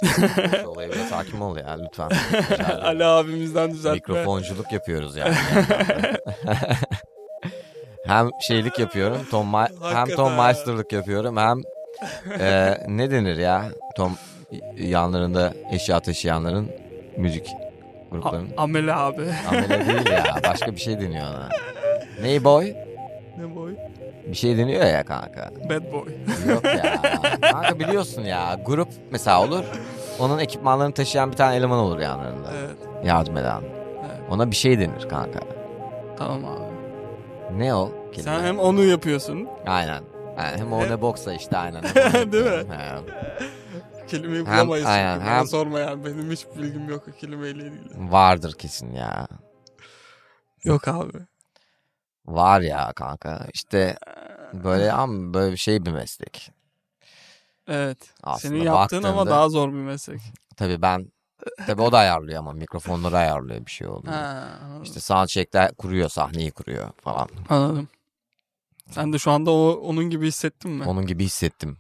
Şu olaya biraz hakim ol ya lütfen. Ali abimizden düzeltme. Mikrofonculuk yapıyoruz yani. Hem şeylik yapıyorum, hem Tom Meister'lık yapıyorum, hem ne denir ya? Tom yanlarında eşya taşıyanların müzik gruplarının. Amele abi. Amele değil ya, başka bir şey deniyor ona. Ney boy? Ne boy? Bir şey deniyor ya kanka. Bad boy. Yok ya. Kanka biliyorsun ya, grup mesela olur. Onun ekipmanlarını taşıyan bir tane eleman olur yanlarında. Evet. Yardım eden. Evet. Ona bir şey denir kanka. Tamam abi. Ne o? Kelime? Sen hem onu yapıyorsun. Aynen. Yani hem o ne boksa işte aynen. Değil mi? Kelimeyi Hem- bulamayız. aynen, Bana hem- sorma yani. Benim hiç bilgim yok o kelimeyle ilgili. Vardır kesin ya. Yok abi. Var ya kanka. İşte böyle ama böyle bir şey bir meslek. Evet. Aslında Senin yaptığın ama baktığında- daha zor bir meslek. Tabii o da ayarlıyor ama mikrofonları ayarlıyor bir şey oldu. Ha, anladım. İşte soundcheck'ler kuruyor, sahneyi kuruyor falan. Anladım. Sen de şu anda onun gibi hissettin mi? Onun gibi hissettim.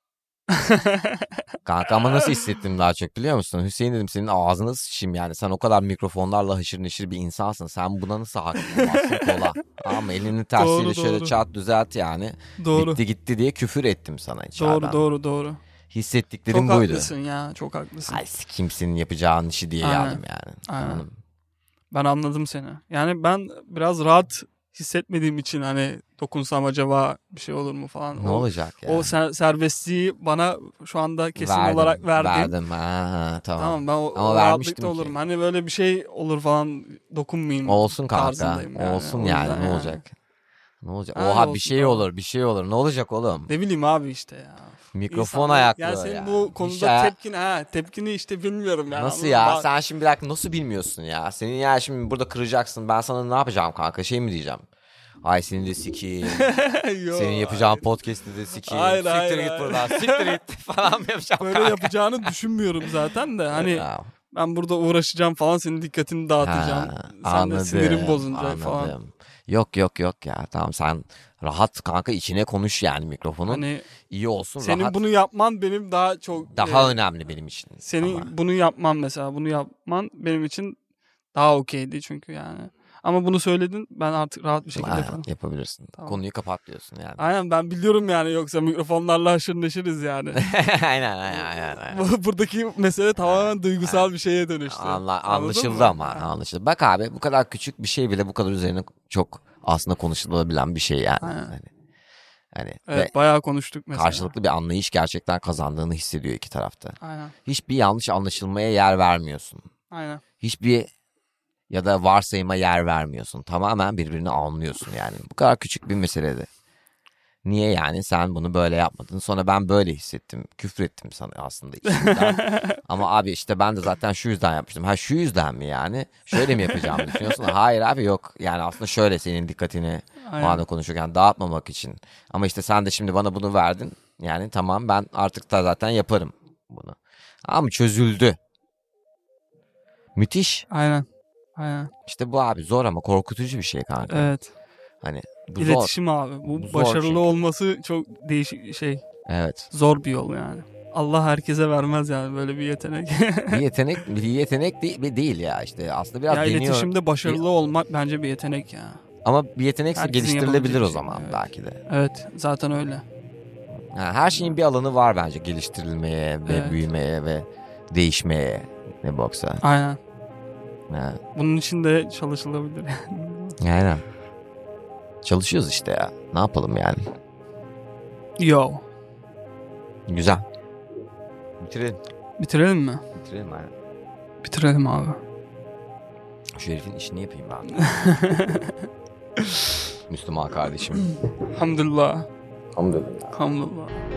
Kanka ama nasıl hissettim daha çok biliyor musun? Hüseyin dedim senin ağzına sıçayım yani. Sen o kadar mikrofonlarla haşır neşir bir insansın. Sen buna nasıl hakim olmazsın kola. Ama elinin tersiyle Doğru, şöyle doğru. çat düzelt yani. Doğru. Bitti gitti diye küfür ettim sana içeriden. Doğru. Hissettiklerim Çok buydu. haklısın ya. Çok haklısın. Ay kimsenin yapacağın işi diye Aynen. geldim yani. Aynen. Anladım. Ben anladım seni. Yani ben biraz rahat hissetmediğim için hani dokunsam acaba bir şey olur mu falan. Ne olacak ya? O serbestliği bana şu anda kesin olarak verdin. Verdim. Ha, tamam. Tamam ben o Ama rahatlıkta vermiştim olurum. ki. Hani böyle bir şey olur falan dokunmayayım. Olsun kanka. tarzındayım yani. Olsun O yani yüzden ne yani. olacak? Ne olacak? Ha, Oha bir olsun, şey tamam. olur, bir şey olur. Ne olacak oğlum? Ne bileyim abi işte ya. Mikrofon İnsanlar- ayaklı Yani senin ya. bu Hiç konuda ya- tepkini işte bilmiyorum yani. Nasıl anladın ya? mı? Sen şimdi bir dakika nasıl bilmiyorsun ya? Senin ya şimdi burada kıracaksın. Ben sana ne yapacağım kanka? Şey mi diyeceğim? Ay seni de sikeyim. Yok, Senin yapacağın podcast'ı da sikeyim. Hayır, Siktir hayır, git hayır. buradan. Siktir git falan mı yapacağım Böyle kanka? yapacağını düşünmüyorum zaten de. Hani Ya, ben burada uğraşacağım falan senin dikkatini dağıtacağım. Sen de sinirin bozulacak falan. anladım. Yok ya. Tamam sen rahat kanka içine konuş yani mikrofonun. Hani İyi olsun senin rahat. bunu yapman benim daha çok Daha önemli benim için. senin Ama bunu yapman mesela bunu yapman benim için daha okeydi çünkü yani. Ama bunu söyledin ben artık rahat bir şekilde aynen, yaparım. yapabilirsin. Tamam. Konuyu kapat diyorsun yani. Aynen ben biliyorum yani yoksa mikrofonlarla haşır neşiriz yani. aynen. Buradaki mesele tamamen duygusal bir şeye dönüştü. Anladın Anlaşıldı mı? ama anlaşıldı. Bak abi bu kadar küçük bir şey bile bu kadar üzerine çok aslında konuşulabilen bir şey yani. Aynen. Hani Evet ve bayağı konuştuk mesela. karşılıklı bir anlayış gerçekten kazandığını hissediyor iki tarafta. Aynen. Hiçbir yanlış anlaşılmaya yer vermiyorsun. Aynen. Hiçbir ya da varsayıma yer vermiyorsun. Tamamen birbirini anlıyorsun yani. Bu kadar küçük bir meselede. Niye yani sen bunu böyle yapmadın? Sonra ben böyle hissettim. Küfür ettim sana aslında içimden. Ama abi işte ben de zaten şu yüzden yapmıştım. Ha şu yüzden mi yani? Şöyle mi yapacağımı düşünüyorsun? Hayır abi yok. Yani aslında şöyle senin dikkatini o Aynen. anda konuşurken dağıtmamak için. Ama işte sen de şimdi bana bunu verdin. Yani tamam ben artık da zaten yaparım bunu. Ama çözüldü. Müthiş. Aynen. İşte bu abi zor ama korkutucu bir şey kanka. Evet. Hani bu zor. İletişim abi. Bu Zor başarılı çünkü. olması çok değişik şey. Evet. Zor bir yol yani. Allah herkese vermez yani böyle bir yetenek. Bir yetenek değil ya işte. Aslında biraz Ya deniyor. iletişimde başarılı olmak bence bir yetenek ya. Ama bir yetenekse Herkesin geliştirilebilir yapabileceği o bir şey. zaman Evet. belki de. Evet zaten öyle. Yani her şeyin bir alanı var bence geliştirilmeye ve Evet. büyümeye ve değişmeye ne boksa. Aynen. Ha, Bunun için de çalışılabilir. aynen. Çalışıyoruz işte ya. Ne yapalım yani? Yo. Güzel. Bitirelim. Bitirelim mi? Bitirelim aynen. Bitirelim abi. Şu herifin işini yapayım ben. Müslüman kardeşim. Hamdülillah. Hamdülillah. Hamdülillah.